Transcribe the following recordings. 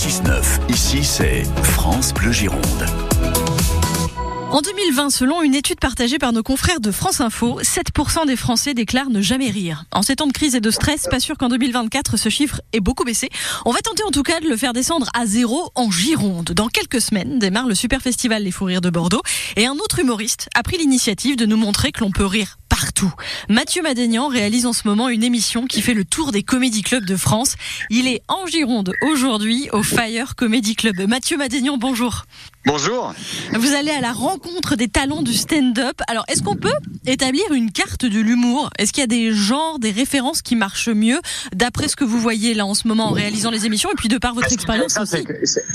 6-9. Ici, c'est France Bleu Gironde. En 2020, selon une étude partagée par nos confrères de France Info, 7% des Français déclarent ne jamais rire. En ces temps de crise et de stress, pas sûr qu'en 2024, ce chiffre ait beaucoup baissé. On va tenter en tout cas de le faire descendre à 0 en Gironde. Dans quelques semaines, démarre le super festival Les Fous Rires de Bordeaux. Et un autre humoriste a pris l'initiative de nous montrer que l'on peut rire partout. Mathieu Madénian réalise en ce moment une émission qui fait le tour des comédie clubs de France. Il est en Gironde aujourd'hui au Fire Comedy Club. Mathieu Madénian, bonjour. Bonjour. Vous allez à la rencontre des talents du stand-up. Alors, est-ce qu'on peut établir une carte de l'humour ? Est-ce qu'il y a des genres, des références qui marchent mieux d'après ce que vous voyez là en ce moment en réalisant les émissions et puis de par votre expérience aussi ?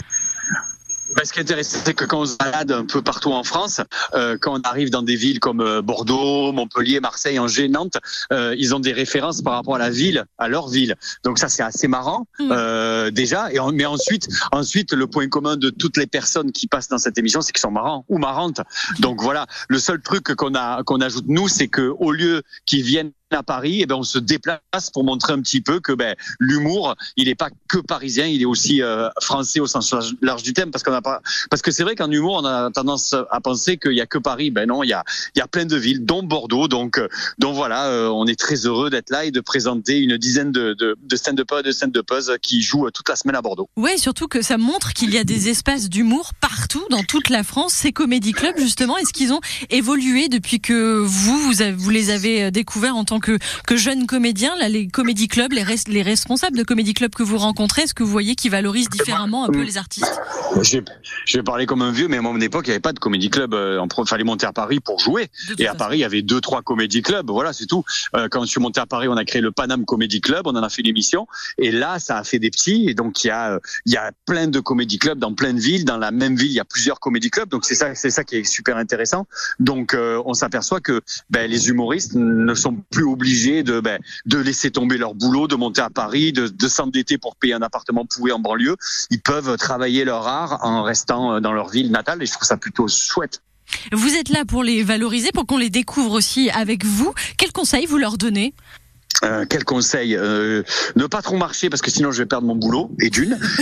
Ce qui est intéressant, c'est que quand on se balade un peu partout en France, quand on arrive dans des villes comme Bordeaux, Montpellier, Marseille, Angers, Nantes, ils ont des références par rapport à la ville, à leur ville. Donc ça, c'est assez marrant déjà. Mais ensuite, le point commun de toutes les personnes qui passent dans cette émission, c'est qu'ils sont marrants ou marrantes. Donc voilà, le seul truc qu'on ajoute nous, c'est que au lieu qu'ils viennent à Paris, on se déplace pour montrer un petit peu que l'humour, il n'est pas que parisien, il est aussi français au sens large du terme, parce que c'est vrai qu'en humour, on a tendance à penser qu'il y a que Paris. Ben non, il y a plein de villes, dont Bordeaux. Donc voilà, on est très heureux d'être là et de présenter une dizaine de stand-uppers et de stand-uppeuses qui jouent toute la semaine à Bordeaux. Oui, surtout que ça montre qu'il y a des espaces d'humour partout dans toute la France. Ces comédie clubs, justement, est-ce qu'ils ont évolué depuis que vous les avez découverts en tant que jeunes comédiens, là, les comédie clubs, les responsables de comédie club que vous rencontrez, est-ce que vous voyez qu'ils valorisent différemment un peu les artistes ? Je vais parler comme un vieux, mais à mon époque, il n'y avait pas de comédie club. Il fallait monter à Paris pour jouer. Et à Paris, il y avait 2-3 comédie clubs. Voilà, c'est tout. Quand je suis monté à Paris, on a créé le Paname Comedy Club. On en a fait une émission. Et là, ça a fait des petits. Et donc, il y a plein de comédie clubs dans plein de villes. Dans la même ville, il y a plusieurs comédie clubs. Donc, c'est ça qui est super intéressant. Donc, on s'aperçoit que les humoristes ne sont plus obligés de laisser tomber leur boulot, de monter à Paris, de s'endetter pour payer un appartement pourri en banlieue. Ils peuvent travailler leur art en restant dans leur ville natale et je trouve ça plutôt chouette. Vous êtes là pour les valoriser, pour qu'on les découvre aussi avec vous. Quels conseils vous leur donnez ? Quel conseil ? Ne pas trop marcher parce que sinon je vais perdre mon boulot, et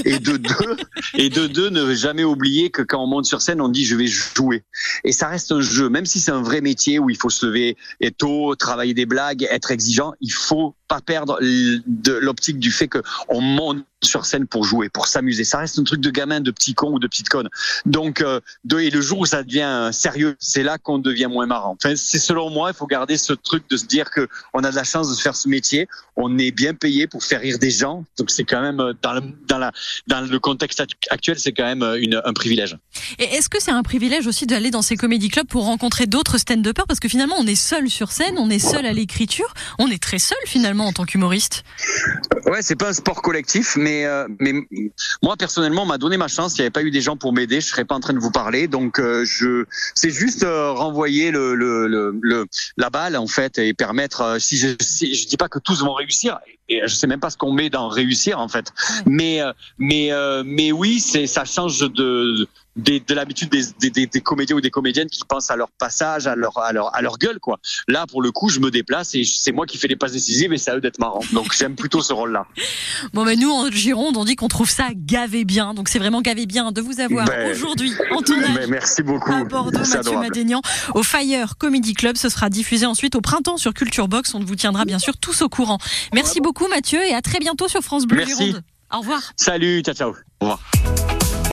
de deux, ne jamais oublier que quand on monte sur scène, on dit je vais jouer. Et ça reste un jeu, même si c'est un vrai métier où il faut se lever tôt, travailler des blagues, être exigeant, il faut pas perdre de l'optique du fait que on monte sur scène pour jouer, pour s'amuser. Ça reste un truc de gamin, de petit con ou de petite conne. Donc, et le jour où ça devient sérieux, c'est là qu'on devient moins marrant. Enfin, c'est selon moi, il faut garder ce truc de se dire que on a de la chance de faire ce métier. On est bien payé pour faire rire des gens. Donc, c'est quand même dans le contexte actuel, c'est quand même un privilège. Et est-ce que c'est un privilège aussi d'aller dans ces comédie clubs pour rencontrer d'autres stand-uppers ? Parce que finalement, on est seul sur scène, on est seul à l'écriture, on est très seul finalement en tant qu'humoriste. Ouais, c'est pas un sport collectif, mais moi personnellement, on m'a donné ma chance. Il n'y avait pas eu des gens pour m'aider, je serais pas en train de vous parler. Donc c'est juste renvoyer la balle en fait et permettre. Si je dis pas que tous vont réussir, et je sais même pas ce qu'on met dans réussir en fait. Ouais. Mais oui, ça change de l'habitude des comédiens ou des comédiennes qui pensent à leur passage, à leur gueule quoi. Là pour le coup, je me déplace et c'est moi qui fais les passes décisives et c'est à eux d'être marrants. Donc j'aime plutôt ce rôle-là. Bon nous en Gironde, on dit qu'on trouve ça gavé bien. Donc c'est vraiment gavé bien de vous avoir aujourd'hui en tournage. Merci beaucoup. À Bordeaux, Mathieu Madénian au Fire Comedy Club. Ce sera diffusé ensuite au printemps sur Culture Box. On vous tiendra bien sûr tous au courant. Merci beaucoup Mathieu et à très bientôt sur France Bleu Gironde. Au revoir. Salut, ciao. Au revoir.